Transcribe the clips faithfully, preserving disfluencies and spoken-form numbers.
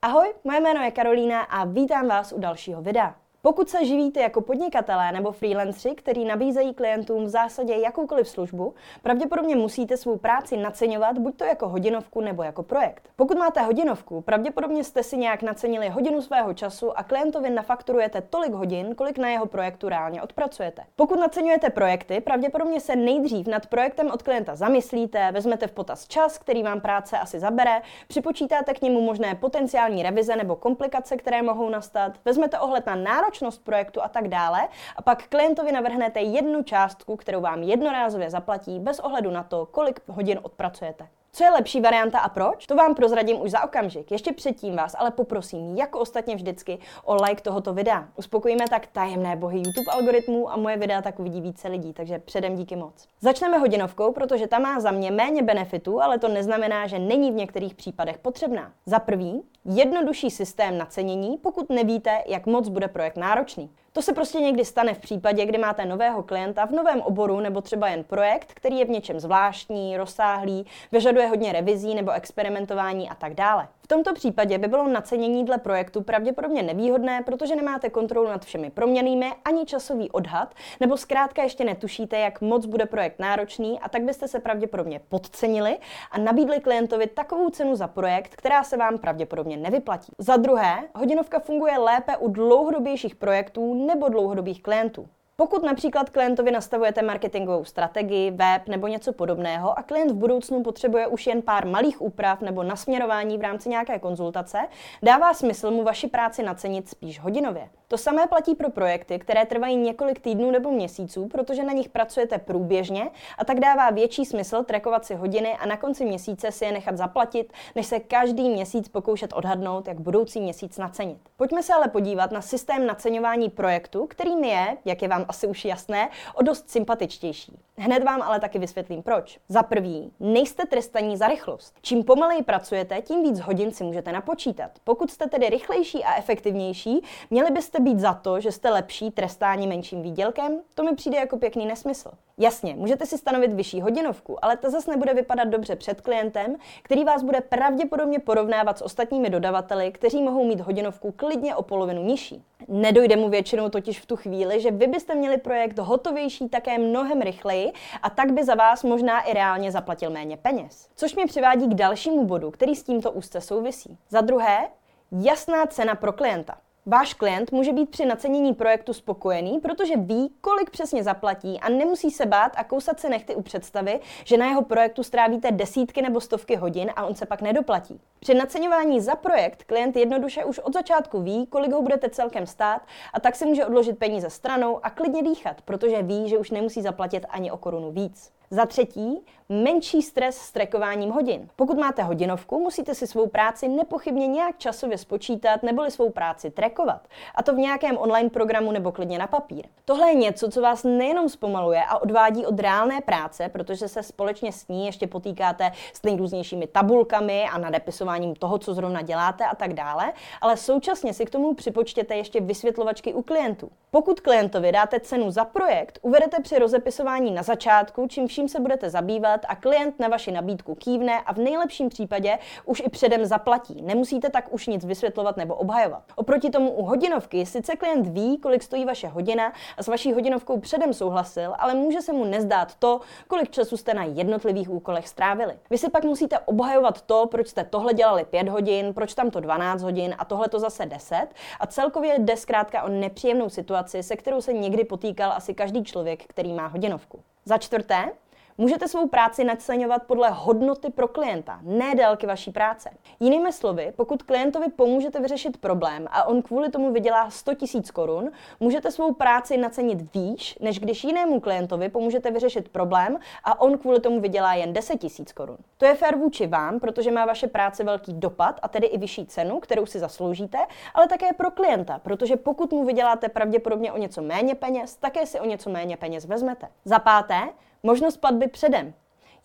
Ahoj, moje jméno je Karolína a vítám vás u dalšího videa. Pokud se živíte jako podnikatelé nebo freelancři, kteří nabízejí klientům v zásadě jakoukoliv službu, pravděpodobně musíte svou práci naceňovat buď to jako hodinovku nebo jako projekt. Pokud máte hodinovku, pravděpodobně jste si nějak nacenili hodinu svého času a klientovi nafakturujete tolik hodin, kolik na jeho projektu reálně odpracujete. Pokud naceňujete projekty, pravděpodobně se nejdřív nad projektem od klienta zamyslíte, vezmete v potaz čas, který vám práce asi zabere, připočítáte k němu možné potenciální revize nebo komplikace, které mohou nastat, vezmete ohled na náročnost projektu a tak dále a pak klientovi navrhnete jednu částku, kterou vám jednorázově zaplatí bez ohledu na to, kolik hodin odpracujete. Co je lepší varianta a proč? To vám prozradím už za okamžik. Ještě předtím vás ale poprosím, jako ostatně vždycky, o like tohoto videa. Uspokojíme tak tajemné bohy YouTube algoritmů a moje videa tak uvidí více lidí, takže předem díky moc. Začneme hodinovkou, protože ta má za mě méně benefitů, ale to neznamená, že není v některých případech potřebná. Za prvý, jednodušší systém nacenění, pokud nevíte, jak moc bude projekt náročný. To se prostě někdy stane v případě, kdy máte nového klienta v novém oboru nebo třeba jen projekt, který je v něčem zvláštní, rozsáhlý, vyžaduje hodně revizí nebo experimentování a tak dále. V tomto případě by bylo nacenění dle projektu pravděpodobně nevýhodné, protože nemáte kontrolu nad všemi proměnnými ani časový odhad, nebo zkrátka ještě netušíte, jak moc bude projekt náročný a tak byste se pravděpodobně podcenili a nabídli klientovi takovou cenu za projekt, která se vám pravděpodobně nevyplatí. Za druhé, hodinovka funguje lépe u dlouhodobějších projektů nebo dlouhodobých klientů. Pokud například klientovi nastavujete marketingovou strategii, web nebo něco podobného a klient v budoucnu potřebuje už jen pár malých úprav nebo nasměrování v rámci nějaké konzultace, dává smysl mu vaši práci nacenit spíš hodinově. To samé platí pro projekty, které trvají několik týdnů nebo měsíců, protože na nich pracujete průběžně a tak dává větší smysl trackovat si hodiny a na konci měsíce si je nechat zaplatit, než se každý měsíc pokoušet odhadnout, jak budoucí měsíc nacenit. Pojďme se ale podívat na systém naceňování projektu, kterým je, jak je vám asi už jasné, o dost sympatičtější. Hned vám ale taky vysvětlím proč. Za prvý, nejste trestaní za rychlost. Čím pomaleji pracujete, tím víc hodin si můžete napočítat. Pokud jste tedy rychlejší a efektivnější, měli byste být za to, že jste lepší trestáni menším výdělkem? To mi přijde jako pěkný nesmysl. Jasně, můžete si stanovit vyšší hodinovku, ale ta zase nebude vypadat dobře před klientem, který vás bude pravděpodobně porovnávat s ostatními dodavateli, kteří mohou mít hodinovku klidně o polovinu nižší. Nedojde mu většinou totiž v tu chvíli, že vy byste měli projekt hotovější také mnohem rychleji a tak by za vás možná i reálně zaplatil méně peněz. Což mě přivádí k dalšímu bodu, který s tímto úzce souvisí. Za druhé, jasná cena pro klienta. Váš klient může být při nacenění projektu spokojený, protože ví, kolik přesně zaplatí a nemusí se bát a kousat se nehty u představy, že na jeho projektu strávíte desítky nebo stovky hodin a on se pak nedoplatí. Při naceňování za projekt klient jednoduše už od začátku ví, kolik ho budete celkem stát a tak si může odložit peníze stranou a klidně dýchat, protože ví, že už nemusí zaplatit ani o korunu víc. Za třetí, menší stres s trackováním hodin. Pokud máte hodinovku, musíte si svou práci nepochybně nějak časově spočítat neboli svou práci trackovat. A to v nějakém online programu nebo klidně na papír. Tohle je něco, co vás nejenom zpomaluje a odvádí od reálné práce, protože se společně s ní ještě potýkáte s nejrůznějšími tabulkami a nadepisováním toho, co zrovna děláte a tak dále, ale současně si k tomu připočtěte ještě vysvětlovačky u klientů. Pokud klientovi dáte cenu za projekt, uvedete při rozepisování na začátku, čím vším se budete zabývat a klient na vaši nabídku kývne a v nejlepším případě už i předem zaplatí. Nemusíte tak už nic vysvětlovat nebo obhajovat. Oproti tomu u hodinovky sice klient ví, kolik stojí vaše hodina a s vaší hodinovkou předem souhlasil, ale může se mu nezdát to, kolik času jste na jednotlivých úkolech strávili. Vy si pak musíte obhajovat to, proč jste tohle dělali pět hodin, proč tam to dvanáct hodin a tohle to zase deset a celkově jde zkrátka o nepříjemnou situaci, se kterou se někdy potýkal asi každý člověk, který má hodinovku. Za čtvrté, můžete svou práci naceňovat podle hodnoty pro klienta, ne délky vaší práce. Jinými slovy, pokud klientovi pomůžete vyřešit problém a on kvůli tomu vydělá sto tisíc korun, můžete svou práci nacenit výš, než když jinému klientovi pomůžete vyřešit problém a on kvůli tomu vydělá jen deset tisíc korun. To je fér vůči vám, protože má vaše práce velký dopad a tedy i vyšší cenu, kterou si zasloužíte, ale také pro klienta, protože pokud mu vyděláte pravděpodobně o něco méně peněz, také si o něco méně peněz vezmete. Za páté, možnost platby předem.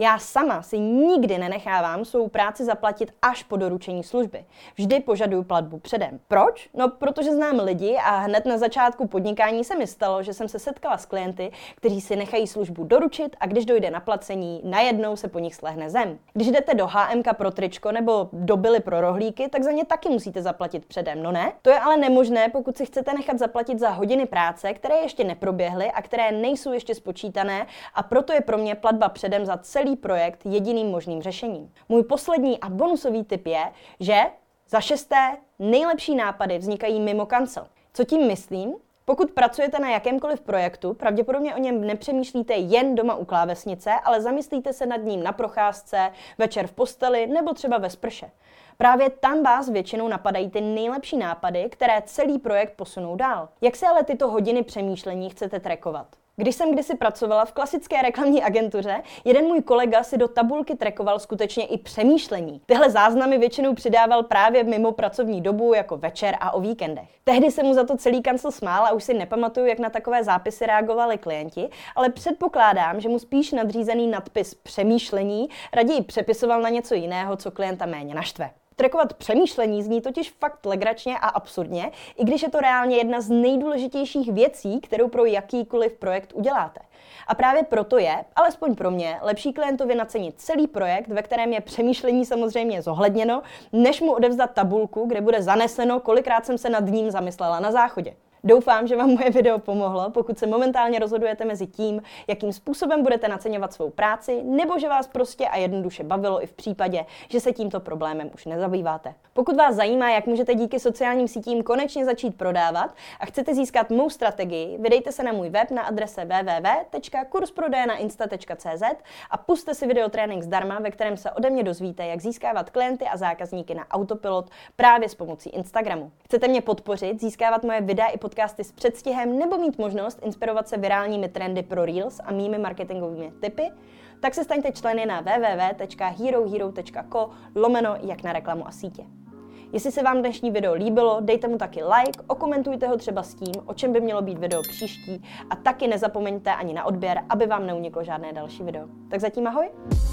Já sama si nikdy nenechávám svou práci zaplatit až po doručení služby. Vždy požaduju platbu předem. Proč? No, protože znám lidi a hned na začátku podnikání se mi stalo, že jsem se setkala s klienty, kteří si nechají službu doručit a když dojde na placení, najednou se po nich slehne zem. Když jdete do há emka pro tričko nebo do Billy pro rohlíky, tak za ně taky musíte zaplatit předem, no ne? To je ale nemožné, pokud si chcete nechat zaplatit za hodiny práce, které ještě neproběhly a které nejsou ještě spočítané, a proto je pro mě platba předem za celý projekt jediným možným řešením. Můj poslední a bonusový tip je, že za šesté nejlepší nápady vznikají mimo kancel. Co tím myslím? Pokud pracujete na jakémkoliv projektu, pravděpodobně o něm nepřemýšlíte jen doma u klávesnice, ale zamyslíte se nad ním na procházce, večer v posteli nebo třeba ve sprše. Právě tam vás většinou napadají ty nejlepší nápady, které celý projekt posunou dál. Jak se ale tyto hodiny přemýšlení chcete trackovat? Když jsem kdysi pracovala v klasické reklamní agentuře, jeden můj kolega si do tabulky trackoval skutečně i přemýšlení. Tyhle záznamy většinou přidával právě mimo pracovní dobu, jako večer a o víkendech. Tehdy se mu za to celý kancel smál a už si nepamatuju, jak na takové zápisy reagovali klienti, ale předpokládám, že mu spíš nadřízený nadpis přemýšlení raději přepisoval na něco jiného, co klienta méně naštve. Trackovat přemýšlení zní totiž fakt legračně a absurdně, i když je to reálně jedna z nejdůležitějších věcí, kterou pro jakýkoliv projekt uděláte. A právě proto je, alespoň pro mě, lepší klientovi nacenit celý projekt, ve kterém je přemýšlení samozřejmě zohledněno, než mu odevzdat tabulku, kde bude zaneseno, kolikrát jsem se nad ním zamyslela na záchodě. Doufám, že vám moje video pomohlo, pokud se momentálně rozhodujete mezi tím, jakým způsobem budete naceňovat svou práci, nebo že vás prostě a jednoduše bavilo i v případě, že se tímto problémem už nezabýváte. Pokud vás zajímá, jak můžete díky sociálním sítím konečně začít prodávat a chcete získat mou strategii, vydejte se na můj web na adrese w w w tečka kursprodejnainsta tečka c z a pusťte si videotrénink zdarma, ve kterém se ode mě dozvíte, jak získávat klienty a zákazníky na autopilot právě s pomocí Instagramu. Chcete mě podpořit, získávat moje videa i podcasty s předstihem nebo mít možnost inspirovat se virálními trendy pro Reels a mými marketingovými tipy, tak se staňte členy na w w w tečka herohero tečka co lomeno jak na reklamu a sítě. Jestli se vám dnešní video líbilo, dejte mu taky like, okomentujte ho třeba s tím, o čem by mělo být video příští a taky nezapomeňte ani na odběr, aby vám neuniklo žádné další video. Tak zatím ahoj!